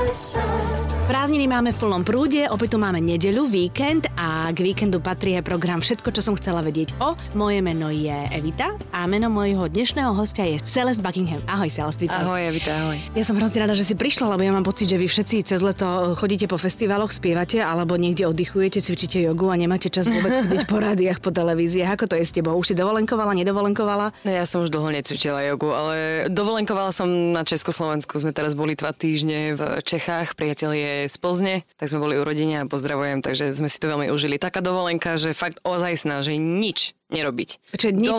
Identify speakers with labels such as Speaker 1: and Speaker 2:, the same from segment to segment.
Speaker 1: Prázdniny máme v plnom prúde, opäť tu máme nedeľu, víkend a k víkendu patrí aj program Všetko, čo som chcela vedieť o. Moje meno je Evita a meno mojho dnešného hostia je Celeste Buckingham. Ahoj Celeste, vítaj.
Speaker 2: Ahoj Evita, ahoj.
Speaker 1: Ja som hrozne rada, že si prišla, lebo ja mám pocit, že vy všetci cez leto chodíte po festivaloch, spievate alebo niekde oddychujete, cvičíte jogu a nemáte čas vôbec chodiť po rádiách, po televíziách. Ako to je s tebou? Už si dovolenkovala, nedovolenkovala?
Speaker 2: No ja som už dlho necvičila jogu, ale dovolenkovala som na Československu. Sme teraz boli 2 týždne v Čechách, priateľ je z Plzne, tak sme boli u rodine a pozdravujem, takže sme si to veľmi užili. Taká dovolenka, že fakt ozajstná, že nič nerobiť.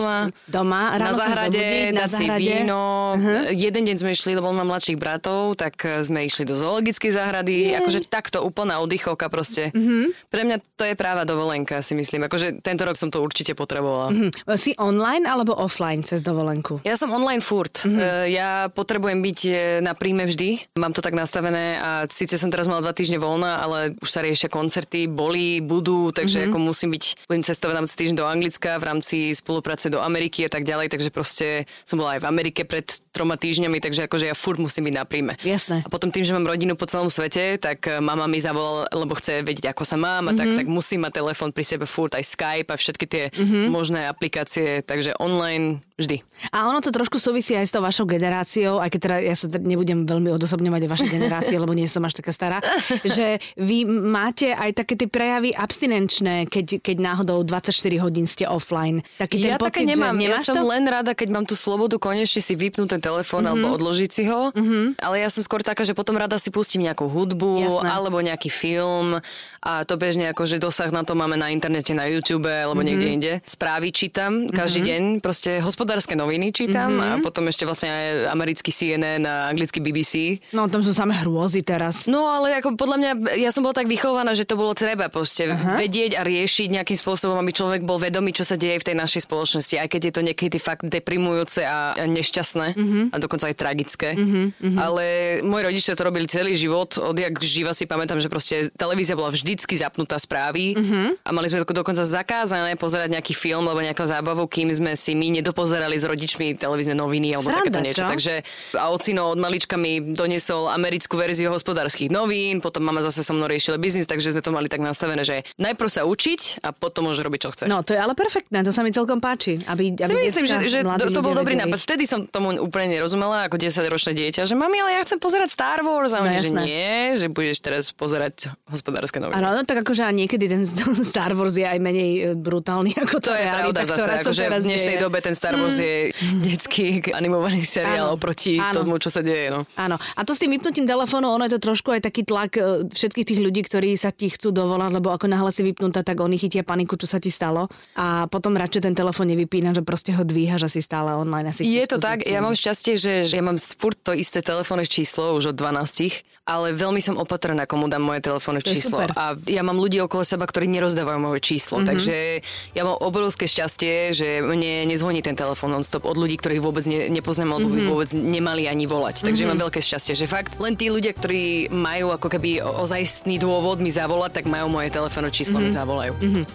Speaker 2: Doma
Speaker 1: ráno
Speaker 2: na záhrade, dať si víno. Jeden deň sme išli, lebo mám mladších bratov, tak sme išli do zoologickej záhrady. Akože takto úplná oddychovka proste. Pre mňa to je práva dovolenka, si myslím. Akože tento rok som to určite potrebovala.
Speaker 1: Si online alebo offline cez dovolenku?
Speaker 2: Ja som online furt. Ja potrebujem byť na príjme vždy. Mám to tak nastavené a síce som teraz mala 2 týždne voľna, ale už sa riešia koncerty, budú, takže ako budem cestovať na týždeň do Anglicka v rámci spolupráce do Ameriky a tak ďalej, takže proste som bola aj v Amerike pred 3 týždňami, takže akože ja furt musím byť na príjme.
Speaker 1: Jasné.
Speaker 2: A potom tým, že mám rodinu po celom svete, tak mama mi zavolala, lebo chce vedieť, ako sa mám a tak musím mať telefón pri sebe furt, aj Skype a všetky tie možné aplikácie, takže online vždy.
Speaker 1: A ono to trošku súvisí aj s tou vašou generáciou, aj keď teda ja sa nebudem veľmi odosobňovať o vašej generácii, lebo nie som až taká stará, že vy máte aj také tie prejavy abstinenčné, keď náhodou 24 hodín ste offline. Taký ten
Speaker 2: ja
Speaker 1: pocit,
Speaker 2: také nemám.
Speaker 1: Ja
Speaker 2: som len rada, keď mám tú slobodu konečne si vypnúť ten telefón alebo odložiť si ho. Ale ja som skôr taká, že potom rada si pustím nejakú hudbu alebo nejaký film a to bežne akože dosah na to máme na internete, na YouTube alebo niekde inde. Správy čítam každý deň, proste hospodárske noviny čítam a potom ešte vlastne aj americký CNN a anglický BBC.
Speaker 1: No tam sú samé hrôzy teraz.
Speaker 2: No ale ako podľa mňa, ja som bola tak vychovaná, že to bolo treba proste vedieť a riešiť nejakým spôsobom, aby človek bol vedomý, čo sa deje v tej našej spoločnosti, aj keď je to niekedy fakt deprimujúce a nešťastné a dokonca aj tragické. Ale moji rodičia to robili celý život, odjak živa si pamätám, že proste televízia bola vždycky zapnutá správy a mali sme dokonca zakázané pozerať nejaký film alebo nejakú zábavu, kým sme si my nedopozerali s rodičmi televízne noviny alebo takéto niečo. Takže a ocino od malička mi doniesol americkú verziu hospodárskych novín, potom mama zase so mnou riešila biznis, takže sme to mali tak nastavené, že najprv sa učiť a potom môže robiť, čo chce.
Speaker 1: No, to je ale perfektné, to sa mi celkom páči.
Speaker 2: Myslím, že to bol dobrý nápad. Vtedy som tomu úplne nerozumela, ako 10-ročné dieťa, že mami, ale ja chcem pozerať Star Wars. A oni, že nie, že budeš teraz pozerať hospodárske noviny.
Speaker 1: Áno, no tak akože niekedy ten Star Wars je aj menej brutálny ako
Speaker 2: to je pravda zase, akože v dnešnej dobe ten Star Wars je detský animovaný seriál oproti tomu, čo sa deje. No.
Speaker 1: Áno. A to s tým vypnutím telefónu, ono je to trošku aj taký tlak všetkých tých ľudí, ktorí sa ti chcú dovolať, lebo ako náhle si vypnutá, tak oni chytia paniku, čo sa ti stalo. A potom radšej ten telefón nevypína, že proste ho dvíhaš asi stále online.
Speaker 2: Je to tak, ja mám šťastie, že ja mám furt to isté telefónne číslo už od 12, ale veľmi som opatrná, komu dám moje telefónne číslo. A ja mám ľudí okolo seba, ktorí nerozdávajú moje číslo, takže ja mám obrovské šťastie, že mne nezvoní ten telefón non-stop od ľudí, ktorých vôbec nepoznám, alebo by vôbec nemali ani volať. Takže mám veľké šťastie, že fakt len tí ľudia, ktorí majú ako keby ozajstný dôvod mi zavolať, tak majú moje telefónne číslo, mi zavolajú.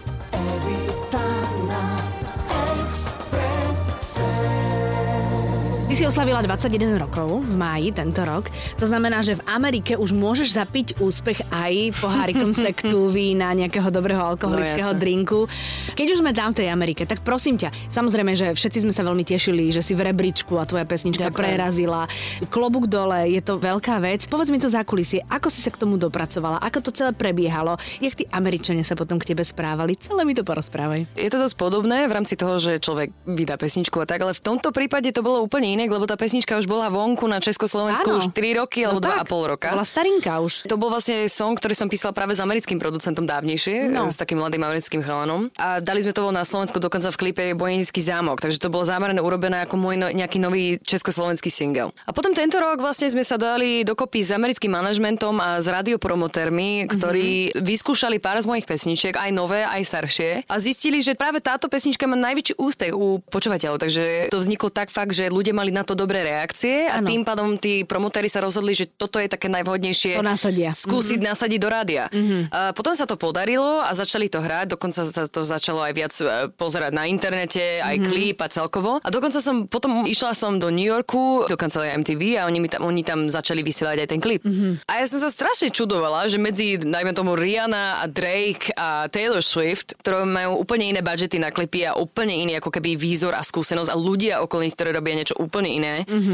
Speaker 1: Ty si oslavila 21 rokov v máji tento rok. To znamená, že v Amerike už môžeš zapiť úspech aj pohárikom sektu, vína, nejakého dobrého alkoholického drinku. Keď už sme tam v tej Amerike, tak prosím ťa, samozrejme, že všetci sme sa veľmi tešili, že si v rebríčku a tvoja pesnička prerazila. Klobúk dole, je to veľká vec. Povedz mi to zákulisie, ako si sa k tomu dopracovala, ako to celé prebiehalo, jak tí Američania sa potom k tebe správali. Celé mi to porozprávaj.
Speaker 2: Je to dosť podobné v rámci toho, že človek vydá pesničku a tak, ale v tomto prípade to bolo úplne inak, lebo tá pesnička už bola vonku na Československu už 3 roky alebo 2,5 roka.
Speaker 1: Bola starinka už.
Speaker 2: To bol vlastne song, ktorý som písala práve s americkým producentom dávnejšie, s takým mladým americkým chalanom. A dali sme to na Slovensku dokonca v klipe Bojenický zámok, takže to bolo zámerne urobené ako môj nejaký nový československý single. A potom tento rok vlastne sme sa dali dokopy s americkým manažmentom a s radiopromotérmi, ktorí vyskúšali pár z mojich pesničiek, aj nové, aj staršie, a zistili, že práve táto pesnička má najväčší úspech u počúvateľov, takže to vzniklo tak fakt, že ľudia mali na to dobré reakcie a tým pádom tí promotéri sa rozhodli, že toto je také najvhodnejšie skúsiť nasadiť do rádia. Potom sa to podarilo a začali to hrať, dokonca sa to začalo aj viac pozerať na internete, aj klip a celkovo. A dokonca išla som do New Yorku, do kancelárie MTV a oni tam začali vysielať aj ten klip. A ja som sa strašne čudovala, že medzi, dajme tomu, Rihanna a Drake a Taylor Swift, ktoré majú úplne iné budžety na klipy a úplne iný ako keby výzor a skúsenosť a ľudia okolo nich, ktorí robia niečo úplne iné,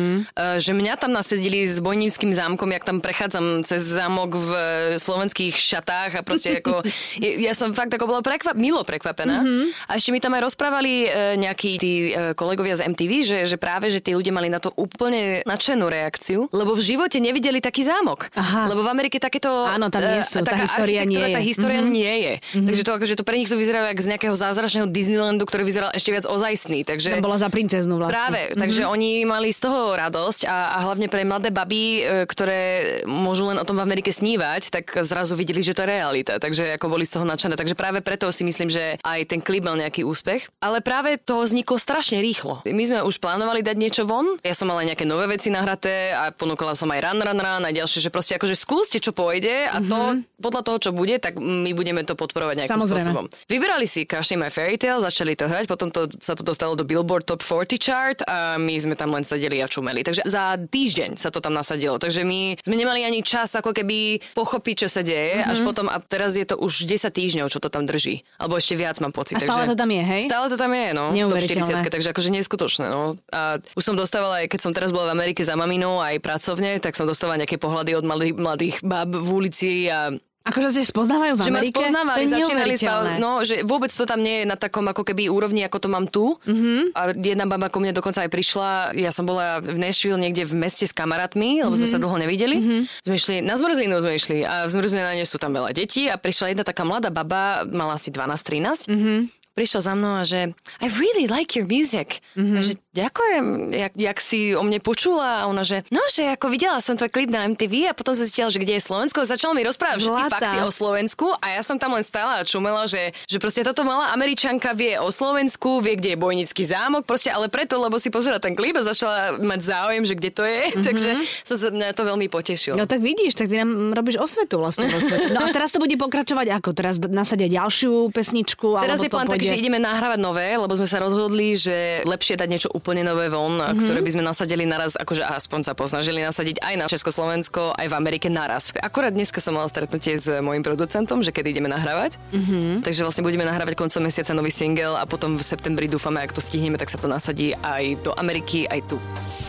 Speaker 2: že mňa tam nasedili s Bojnímskym zámkom, jak tam prechádzam cez zámok v slovenských šatách a proste ako ja som fakt ako bola milo prekvapená. A ešte mi tam aj rozprávali nejakí tí kolegovia z MTV, že práve, že tí ľudia mali na to úplne nadšenú reakciu, lebo v živote nevideli taký zámok. Aha. Lebo v Amerike takéto
Speaker 1: áno, tam nie sú, tá história nie je.
Speaker 2: Tá história nie je. Takže to pre nich to vyzerá jak z nejakého zázračného Disneylandu, ktorý vyzeral ešte viac ozajstný. Takže
Speaker 1: tam bola za princeznu vlastne.
Speaker 2: Práve, takže oni mali z toho radosť a hlavne pre mladé baby, ktoré môžu len o tom v Amerike snívať, tak zrazu videli, že to je realita. Takže ako boli z toho nadšené. Takže práve preto si myslím, že aj ten klip mal nejaký úspech. Ale práve to vzniklo strašne rýchlo. My sme už plánovali dať niečo von. Ja som mala nejaké nové veci nahraté a ponúkala som aj Run a ďalšie, že proste akože skúste, čo pôjde a to podľa toho, čo bude, tak my budeme to podporovať nejakým spôsobom. Vyberali si Crushing My Fairy Tale, začali to hrať, potom sa to dostalo do Billboard Top 40 chart a my sme tam len sedeli a čumeli. Takže za týždeň sa to tam nasadilo. Takže my sme nemali ani čas ako keby pochopiť, čo sa deje, až potom a teraz je to už 10 týždňov, čo to tam drží. Alebo ešte viac mám pocit.
Speaker 1: A stále to tam je, hej?
Speaker 2: Stále to tam je, no. V top 40, takže akože neskutočné, no. A už som dostávala, aj keď som teraz bola v Amerike za maminou aj pracovne, tak som dostávala nejaké pohľady od mladých báb v ulici a
Speaker 1: akože sa spoznávajú v Amerike?
Speaker 2: Že ma spoznávali, začínali že vôbec to tam nie je na takom ako keby úrovni, ako to mám tu. A jedna baba ku mne dokonca aj prišla, ja som bola v Nashville niekde v meste s kamarátmi, lebo sme sa dlho nevideli. Sme išli, na zmrzlinu sme išli a v zmrzline sú tam veľa detí a prišla jedna taká mladá baba, mala asi 12-13. Prišla za mnou a že I really like your music. A že ďakujem, jak si o mne počula. A ona, že no, že ako videla som tvoj klip na MTV a potom sa zistila, že kde je Slovensko. Začala mi rozprávať všetky fakty o Slovensku a ja som tam len stála a čumela, že proste táto malá Američanka vie o Slovensku, vie, kde je Bojnický zámok, proste ale preto, lebo si pozerala ten klip a začala mať záujem, že kde to je. Takže mňa to veľmi potešilo.
Speaker 1: No tak vidíš, tak ty nám robíš osvetu vlastne. No a teraz to bude pokračovať ako? Teraz nasadia ďalšiu pesničku?
Speaker 2: Teraz je plán taký, že ideme nahrávať nové, lebo sme sa rozhodli, že lepšie dať niečo úplne nové von, ktoré by sme nasadili naraz, akože aspoň sa posnažili nasadiť aj na Československo, aj v Amerike naraz. Akorát dneska som mala stretnutie s mojím producentom, že kedy ideme nahrávať. Takže vlastne budeme nahrávať koncom mesiaca nový single a potom v septembri dúfame, ak to stihneme, tak sa to nasadí aj do Ameriky, aj tu.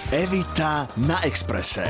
Speaker 3: Evita na Expresse.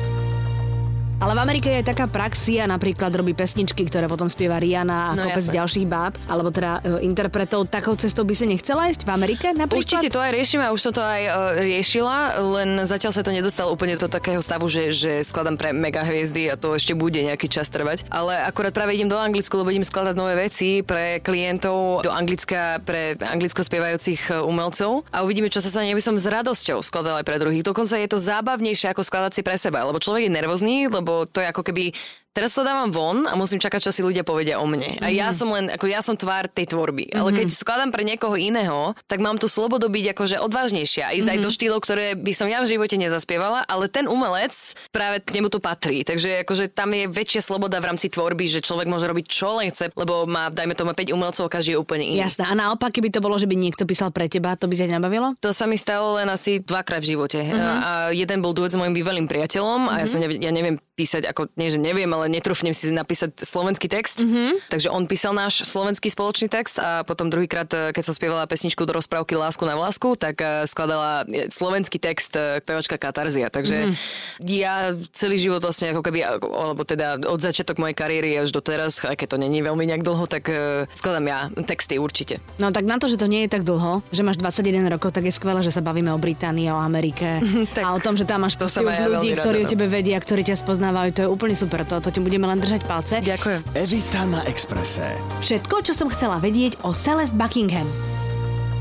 Speaker 1: Ale v Amerike je taká praxia, napríklad robí pesničky, ktoré potom spieva Rihanna a kopec ďalších báb, alebo teda interpretov. Takou cestou by si nechcela ísť v Amerike napríklad?
Speaker 2: Určite to aj riešime a už som to aj riešila, len zatiaľ sa to nedostalo úplne do takého stavu, že skladám pre mega hviezdy a to ešte bude nejaký čas trvať. Ale akorát práve idem do Anglicku, lebo idem skladať nové veci pre klientov do Anglicka, pre anglicko spievajúcich umelcov a uvidíme, čo sa stane. Ja by som s radosťou skladala aj pre druhých. Dokonca je to zábavnejšie ako skladať si pre seba, lebo človek je nervózny, lebo to je ako keby teraz to dávam von a musím čakať, čo si ľudia povedia o mne. A ja som tvár tej tvorby. Ale keď skladám pre niekoho iného, tak mám tú slobodu byť akože odvážnejšia a ísť aj do štýlov, ktoré by som ja v živote nezaspievala, ale ten umelec práve k nemu tu patrí. Takže akože tam je väčšia sloboda v rámci tvorby, že človek môže robiť čo len chce, lebo má, dajme tomu 5 umelcov, každý je úplne iný.
Speaker 1: Jasné. A naopak, keby to bolo, že by niekto písal pre teba, to by sa nebavilo?
Speaker 2: To sa mi stalo len asi 2-krát v živote. A jeden bol duet s mojím bývalým priateľom a ja neviem písať, ako nie, že neviem, ale netrúfnem si napísať slovenský text. Takže on písal náš slovenský spoločný text a potom druhýkrát, keď som spievala pesničku do rozprávky Lásku na vlásku, tak skladala slovenský text pevačka Katarzia. Takže ja celý život vlastne ako keby, alebo teda od začiatok mojej kariéry až do teraz, aj keď to není veľmi nejak dlho, tak skladám ja texty určite.
Speaker 1: No tak na to, že to nie je tak dlho, že máš 21 rokov, tak je skvelé, že sa bavíme o Británii, o Amerike a o tom, že tam máš ľudí, ktorí o tebe vedia, ktorí ťa spoznávajú. To je úplne super. To ti budeme len držať palce.
Speaker 2: Ďakujem.
Speaker 3: Evita na Expresse.
Speaker 1: Všetko, čo som chcela vedieť o Celeste Buckingham.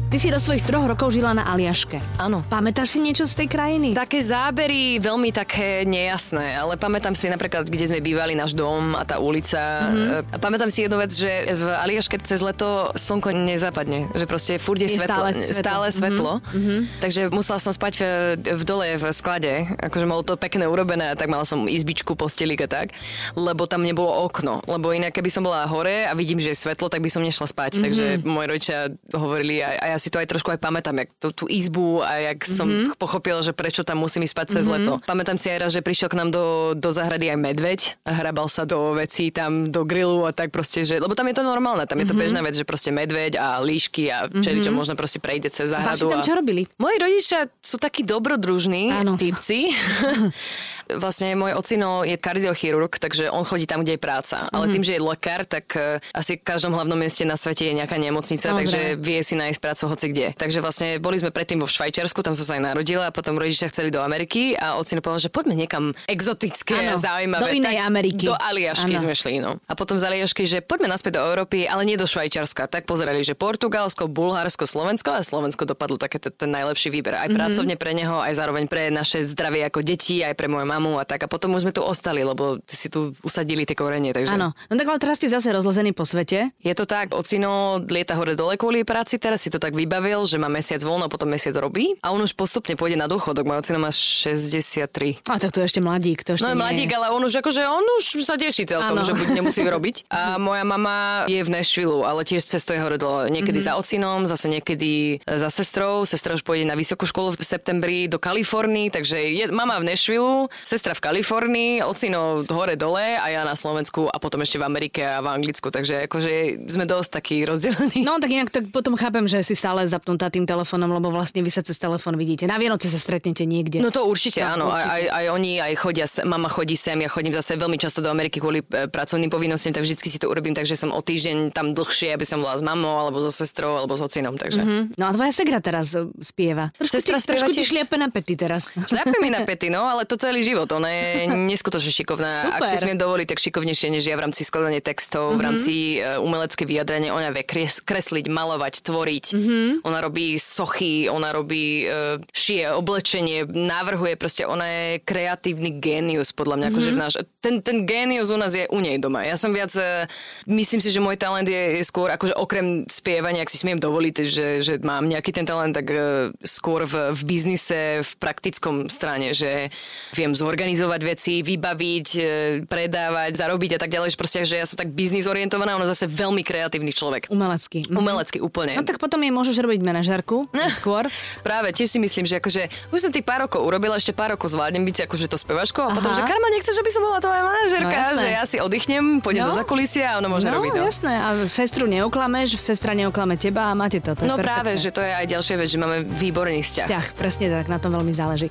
Speaker 1: Ty si do svojich 3 rokov žila na Aliaške.
Speaker 2: Áno.
Speaker 1: Pamätáš si niečo z tej krajiny?
Speaker 2: Také zábery veľmi také nejasné, ale pamätám si napríklad, kde sme bývali, náš dom a tá ulica. A pamätám si jednu vec, že v Aliaške cez leto slnko nezapadne, že proste furt je svetlo. Stále svetlo. Takže musela som spať v dole v sklade, akože malo to pekné urobené, tak mala som izbičku, postelik a tak, lebo tam nebolo okno, lebo inak keby som bola hore a vidím, že je svetlo, tak by som nešla spať. Takže moji rodičia hovorili a ja si to aj trošku aj pamätám, jak tú izbu a jak som pochopila, že prečo tam musím ísť spať cez leto. Pamätám si aj raz, že prišiel k nám do záhrady aj medveď a hrabal sa do vecí tam, do grilu a tak proste, že, lebo tam je to normálne, tam je to bežná vec, že proste medveď a líšky a čo možno proste prejde cez záhradu.
Speaker 1: Vaši tam čo robili?
Speaker 2: Moji rodičia sú takí dobrodružní typci. Vlastne môj ocino je kardiochirurg, takže on chodí tam, kde je práca. Ale tým, že je lekár, tak asi v každom hlavnom meste na svete je nejaká nemocnica, takže vie si nájsť prácu hoci kde. Takže vlastne boli sme predtým vo Švajčiarsku, tam som sa aj narodila a potom rodičia chceli do Ameriky a ocino povedal, že poďme niekam exotické, zaujímavé.
Speaker 1: Do inej Ameriky.
Speaker 2: Do Aliašky sme šli, no. A potom z Aliašky, že poďme naspäť do Európy, ale nie do Švajčiarska. Tak pozerali, že Portugalsko, Bulharsko, Slovensko a Slovensko dopadlo také ten najlepší výber. Aj pracovne pre neho, aj zároveň pre naše zdravie ako deti, aj pre moju mamu a tak. A potom už sme tu ostali, lebo si tu usadili tie korenie, takže.
Speaker 1: Áno. No tak ale teraz ste zase rozlezený po svete.
Speaker 2: Je to tak, ocino lieta hore dole kvôli práci, teraz si to tak vybavil, že má mesiac voľno, potom mesiac robí a on už postupne pôjde na dôchodok. Môj ocino má 63.
Speaker 1: A tak to je ešte mladík, to ešte
Speaker 2: no, mladík, ale on už sa teší celkom, že nemusí robiť. A moja mama je v Nashville, ale tiež cestuje hore dole. Niekedy za ocinom, zase niekedy za sestrou. Sestra už pôjde na vysokú školu v septembri do Kalifornii, takže je mama v Nashville, sestra v Kalifornii, ocino hore dole a ja na Slovensku a potom ešte v Amerike a v Anglicku, takže akože sme dosť takí rozdelení.
Speaker 1: No tak inak tak potom chápem, že si stále zapnutá tým telefónom, lebo vlastne vy sa cez telefón vidíte. Na Vianoce sa stretnete niekde.
Speaker 2: No to určite, áno. Určite. Aj oni aj chodia, mama chodí sem, ja chodím zase veľmi často do Ameriky kvôli pracovným povinnostiam, tak vždycky si to urobím, takže som o týždeň tam dlhšie, aby som bola s mamou alebo so sestrou alebo s ocinom, takže.
Speaker 1: No a tvoja segra teraz spieva.
Speaker 2: Sestra spieva tiež.
Speaker 1: Šliape na pety teraz.
Speaker 2: Šliape mi na pety, no, ale to celý život. Ona je neskutočne šikovná.
Speaker 1: Super.
Speaker 2: Ak si smiem dovoliť, tak šikovnejšie než ja v rámci skladania textov, v rámci umelecké vyjadrenie. Ona vie kresliť, malovať, tvoriť. Ona robí sochy, ona robí šije oblečenie, navrhuje, proste ona je kreatívny génius, podľa mňa, akože v náš. Ten génius u nás je u nej doma. Ja som viac, myslím si, že môj talent je skôr, akože okrem spievania, ak si smiem dovoliť, že mám nejaký ten talent, tak skôr v biznise, v praktickom strane, že viem zorganizovať veci, vybaviť, predávať, zarobiť a tak ďalej, že proste, že ja som tak biznis orientovaná, ona zase veľmi kreatívny človek.
Speaker 1: Umelecký.
Speaker 2: Umelecký úplne.
Speaker 1: No tak potom jej môžeš robiť manažérku skôr.
Speaker 2: Práve, tiež si myslím, že akože už som tých pár rokov urobila, ešte pár rokov zvládnem byť akože to spevačkou a potom, že Karma, nechceš, aby som bola tvoja manažérka, že ja si oddychnem, pôjdem do zakulisia a ono môže robiť.
Speaker 1: No jasné, a sestru neoklameš, sestra neoklame teba a máte to.
Speaker 2: No práve, že to je aj ďalšia vec, že máme výborný vzťah.
Speaker 1: Presne tak, na tom veľmi záleží.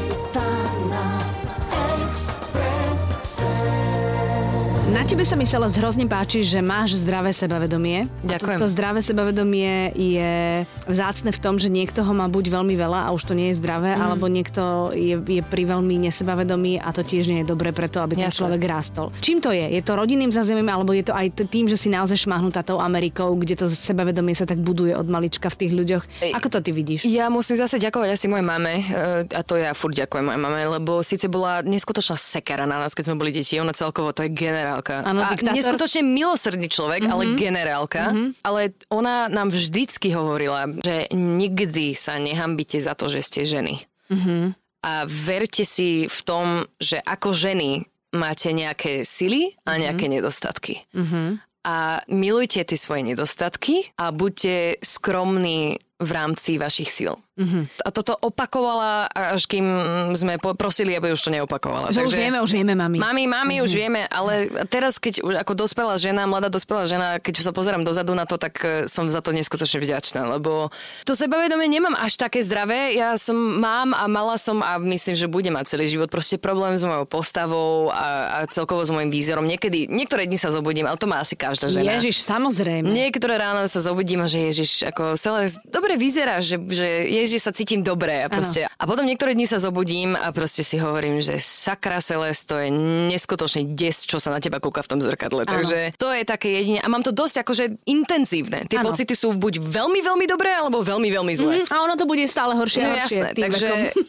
Speaker 1: Na tebe sa mi Celeste hrozne páči, že máš zdravé sebavedomie.
Speaker 2: Ďakujem.
Speaker 1: To zdravé sebavedomie je vzácne v tom, že niekto ho má buď veľmi veľa a už to nie je zdravé, alebo niekto je pri veľmi nesebavedomí a to tiež nie je dobré preto, aby ten človek rástol. Čím to je? Je to rodinným zázemím, alebo je to aj tým, že si naozaj šmahnutá tou Amerikou, kde to sebavedomie sa tak buduje od malička v tých ľuďoch? Ako to ty vidíš?
Speaker 2: Ja musím zase ďakovať asi mojej mame, a to ja furt ďakujem mojej mame, lebo síce bola neskutočná sekera na nás, keď sme boli deti, ona celkovo to je generálka.
Speaker 1: Ano,
Speaker 2: a neskutočne milosrdný človek, ale generálka. Ale ona nám vždycky hovorila, že nikdy sa nehambíte za to, že ste ženy. A verte si v tom, že ako ženy máte nejaké sily a nejaké nedostatky. A milujte tie svoje nedostatky a buďte skromní v rámci vašich síl. A toto opakovala, až kým sme prosili, aby už to neopakovala.
Speaker 1: Že takže už vieme, mami.
Speaker 2: Mami, už vieme, ale teraz, keď už ako dospelá žena, mladá dospelá žena, keď sa pozerám dozadu na to, tak som za to neskutočne vďačná, lebo to sebavedomie nemám až také zdravé. Ja mám a mala som a myslím, že budem mať celý život proste problém s mojou postavou a celkovo s mojím výzorom. Niektoré dni sa zobudím, ale to má asi každá žena.
Speaker 1: Ježiš, samozrejme.
Speaker 2: Niektoré ráno sa zobudím a že Ježiš, ako celé, dobre dobre vyzeráš, že sa cítim dobre a proste. A potom niektoré dni sa zobudím a proste si hovorím, že sakra Celeste, to je neskutočný des, čo sa na teba kúka v tom zrkadle. Takže to je také jedine. A mám to dosť akože intenzívne. Tie pocity sú buď veľmi, veľmi dobré, alebo veľmi, veľmi zlé.
Speaker 1: A ono to bude stále horšie a horšie.
Speaker 2: Jasné, takže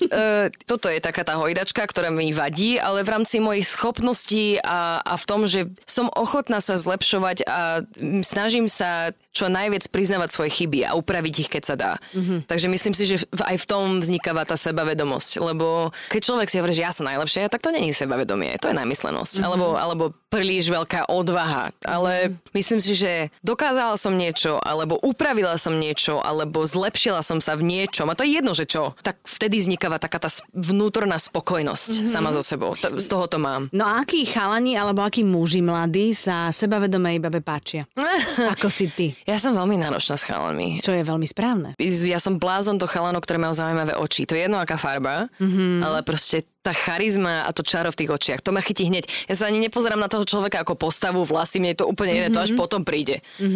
Speaker 2: toto je taká tá hojdačka, ktorá mi vadí, ale v rámci mojich schopností a v tom, že som ochotná sa zlepšovať a snažím sa čo najviac priznávať svoje chyby a upraviť ich, keď sa dá. Takže myslím si, že aj v tom vznikáva tá sebavedomosť, lebo keď človek si hovorí, že ja som najlepšia, tak to nie je sebavedomie, to je namyslenosť, alebo príliš veľká odvaha. Ale myslím si, že dokázala som niečo, alebo upravila som niečo, alebo zlepšila som sa v niečom, a to je jedno, že čo, tak vtedy vznikáva taká tá vnútorná spokojnosť sama so sebou. Z toho to mám.
Speaker 1: No a akí chalani, alebo akí muži mladí sa sebavedomej babe páčia? Ako si ty?
Speaker 2: Ja som veľmi náročná s chalanmi.
Speaker 1: Čo je veľmi správne.
Speaker 2: Ja som blázon do chalanov, ktoré majú zaujímavé oči. To je jedno, aká farba, ale proste tá charizma a to čaro v tých očiach, to ma chytí hneď. Ja sa ani nepozerám na toho človeka ako postavu, vlasy, mne je to úplne jedno, to až potom príde.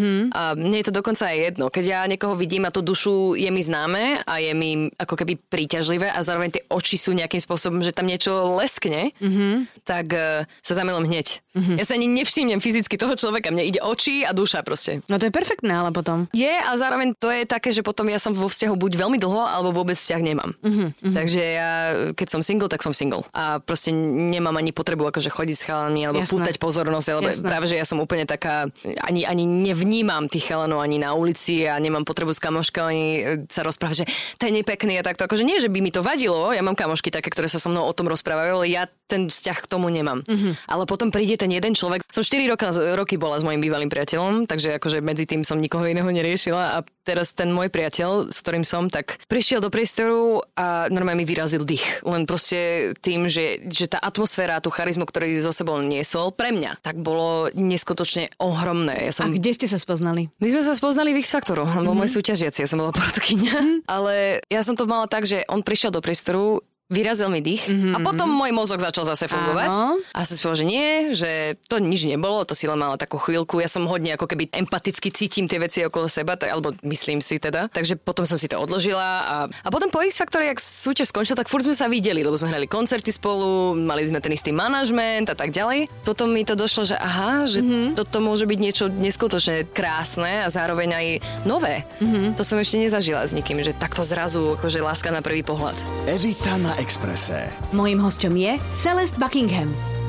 Speaker 2: A mne je to dokonca aj jedno. Keď ja niekoho vidím a tú dušu je mi známe a je mi ako keby príťažlivé a zároveň tie oči sú nejakým spôsobom, že tam niečo leskne, tak sa zamilujem hneď. Ja sa ani nevšimnem fyzicky toho človeka, mne ide oči a duša proste.
Speaker 1: No to je perfektné, ale potom.
Speaker 2: Je a zároveň to je také, že potom ja som vo vzťahu buď veľmi dlho, alebo vôbec vzťah nemám. Takže ja, keď som single, tak som single. A proste nemám ani potrebu akože chodiť s chalanmi alebo pútať pozornosť, alebo práve, že ja som úplne taká, ani nevnímam tých chalanov ani na ulici a nemám potrebu s kamoškami sa rozprávať, že to je nepekný a takto. Akože nie, že by mi to vadilo, ja mám kamošky také, ktoré sa so mnou o tom rozprávajú, ale ja ten vzťah k tomu nemám. Ale potom príde ten jeden človek. Som 4 roky bola s mojím bývalým priateľom, takže akože medzi tým som nikoho iného neriešila a teraz ten môj priateľ, s ktorým som, tak prišiel do priestoru a normálne mi vyrazil dých. Len proste tým, že tá atmosféra, tú charizmu, ktorý zo sebou niesol pre mňa, tak bolo neskutočne ohromné.
Speaker 1: A kde ste sa spoznali?
Speaker 2: My sme sa spoznali v X-Faktoru. On bol môj súťažiaci, ja som bola porodkyňa. Ale ja som to mala tak, že on prišiel do priestoru, vyrazil mi dých a potom môj mozog začal zase fungovať. A som si povedal, že nie, že to nič nebolo, to si len mala takú chvíľku. Ja som hodne ako keby empaticky cítim tie veci okolo seba, alebo myslím si teda. Takže potom som si to odložila a potom po X-Faktore, jak súťaž skončila, tak furt sme sa videli, lebo sme hrali koncerty spolu, mali sme ten istý manažment a tak ďalej. Potom mi to došlo, že aha, že toto môže byť niečo neskutočne krásne a zároveň aj nové. To som ešte nezažila s nikým, že takto zrazu akože láska na prvý pohľad.
Speaker 3: Evita na Expresse.
Speaker 1: Mojím hosťom je Celeste Buckingham.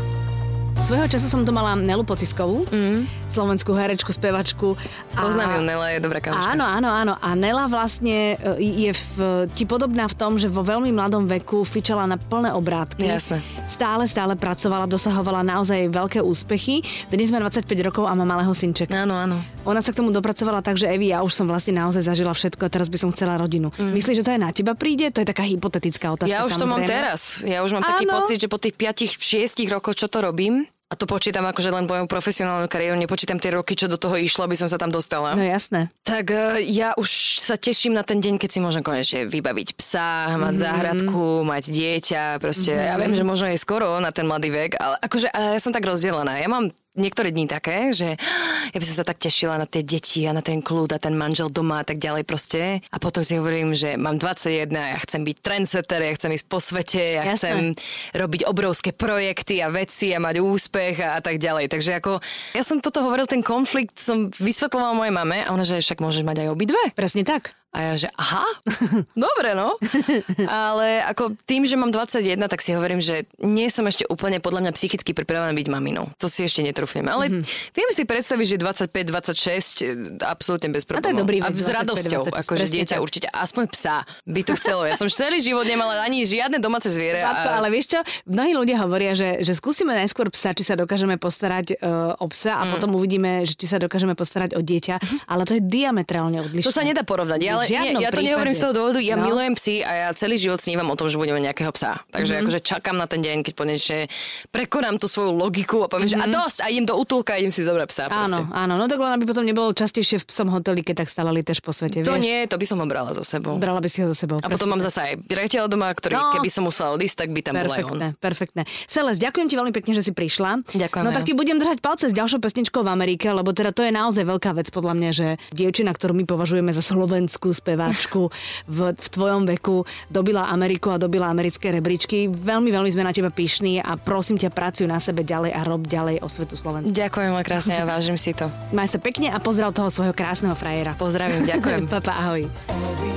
Speaker 1: Svojho času som tu mala Nelu Pociskovú, slovenskú herečku, spevačku.
Speaker 2: Poznám ju, Nela je dobrá kamoška.
Speaker 1: Áno. A Nela vlastne je ti podobná v tom, že vo veľmi mladom veku fičala na plné obrátky.
Speaker 2: Jasné.
Speaker 1: Stále pracovala, dosahovala naozaj veľké úspechy. Dnes má 25 rokov a má malého synčeka.
Speaker 2: Áno.
Speaker 1: Ona sa k tomu dopracovala tak, že Evi, ja už som vlastne naozaj zažila všetko a teraz by som chcela rodinu. Myslíš, že to aj na teba príde? To je taká hypotetická otázka.
Speaker 2: Ja už
Speaker 1: samozrejme.
Speaker 2: To mám teraz. Ja už mám taký pocit, že po tých 5-6 rokoch, čo to robím, a to počítam akože len moju profesionálnu kariéru, nepočítam tie roky, čo do toho išlo, aby som sa tam dostala.
Speaker 1: No jasné.
Speaker 2: Tak ja už sa teším na ten deň, keď si môžem konečne vybaviť psa, mať záhradku, mať dieťa, proste ja viem, že možno je skoro na ten mladý vek, ale akože ja som tak rozdelená. Ja mám niektoré dní také, že ja by som sa tak tešila na tie deti a na ten kľud a ten manžel doma a tak ďalej proste. A potom si hovorím, že mám 21, ja chcem byť trendsetter, ja chcem ísť po svete, ja chcem robiť obrovské projekty a veci a mať úspech a tak ďalej. Takže ako ja som toto hovoril, ten konflikt som vysvetľovala mojej mame a ona, že však môžeš mať aj obidve.
Speaker 1: Presne tak.
Speaker 2: A ja, že aha, dobre no. Ale ako tým, že mám 21, tak si hovorím, že nie som ešte úplne podľa mňa psychicky pripravená byť maminou. To si ešte netrúfim. Ale viem si predstaviť, že 25-26 absolútne bez problémov.
Speaker 1: A to je dobrý vek,
Speaker 2: a s radosťou, akože dieťa určite, aspoň psa by to chcelo. Ja som celý život nemala ani žiadne domáce zviere.
Speaker 1: Ale vieš čo, mnohí ľudia hovoria, že skúsime najskôr psa, či sa dokážeme postarať o psa a potom uvidíme, že či sa dokážeme postarať o dieťa. Ale to je diametrálne odlišné.
Speaker 2: To sa nedá porovnať. Ja to nehovorím z toho dôvodu, ja milujem psy a ja celý život snívam o tom, že budeme nejakého psa. Takže akože čakám na ten deň, keď konečne prekonám tú svoju logiku a poviem, že a dosť, a idem do útulka a idem si zobrať psa.
Speaker 1: Áno, no tak len aby potom nebolo častejšie v psom hoteli, keď tak stále lietaš po svete.
Speaker 2: To nie, to by som ho brala so sebou.
Speaker 1: Brala by si ho so sebou.
Speaker 2: A potom mám zase aj priateľa doma, ktorý keby som musela odísť, tak by tam bol aj on.
Speaker 1: Perfektné. Celeste, ďakujem ti veľmi pekne, že si prišla.
Speaker 2: Ďakujem.
Speaker 1: No tak ti budem držať palce s ďalšou pesničkou v Amerike, lebo teda to je naozaj veľká vec podľa mňa, že dievčina, ktorú my považujeme za slovenskú, slovenskú speváčku v tvojom veku dobila Ameriku a dobila americké rebríčky. Veľmi, veľmi sme na teba pyšní a prosím ťa, pracuj na sebe ďalej a rob ďalej osvetu Slovensku.
Speaker 2: Ďakujem krásne a vážim si to.
Speaker 1: Maj sa pekne a pozdrav toho svojho krásneho frajera.
Speaker 2: Pozdravím, ďakujem.
Speaker 1: Papa, ahoj.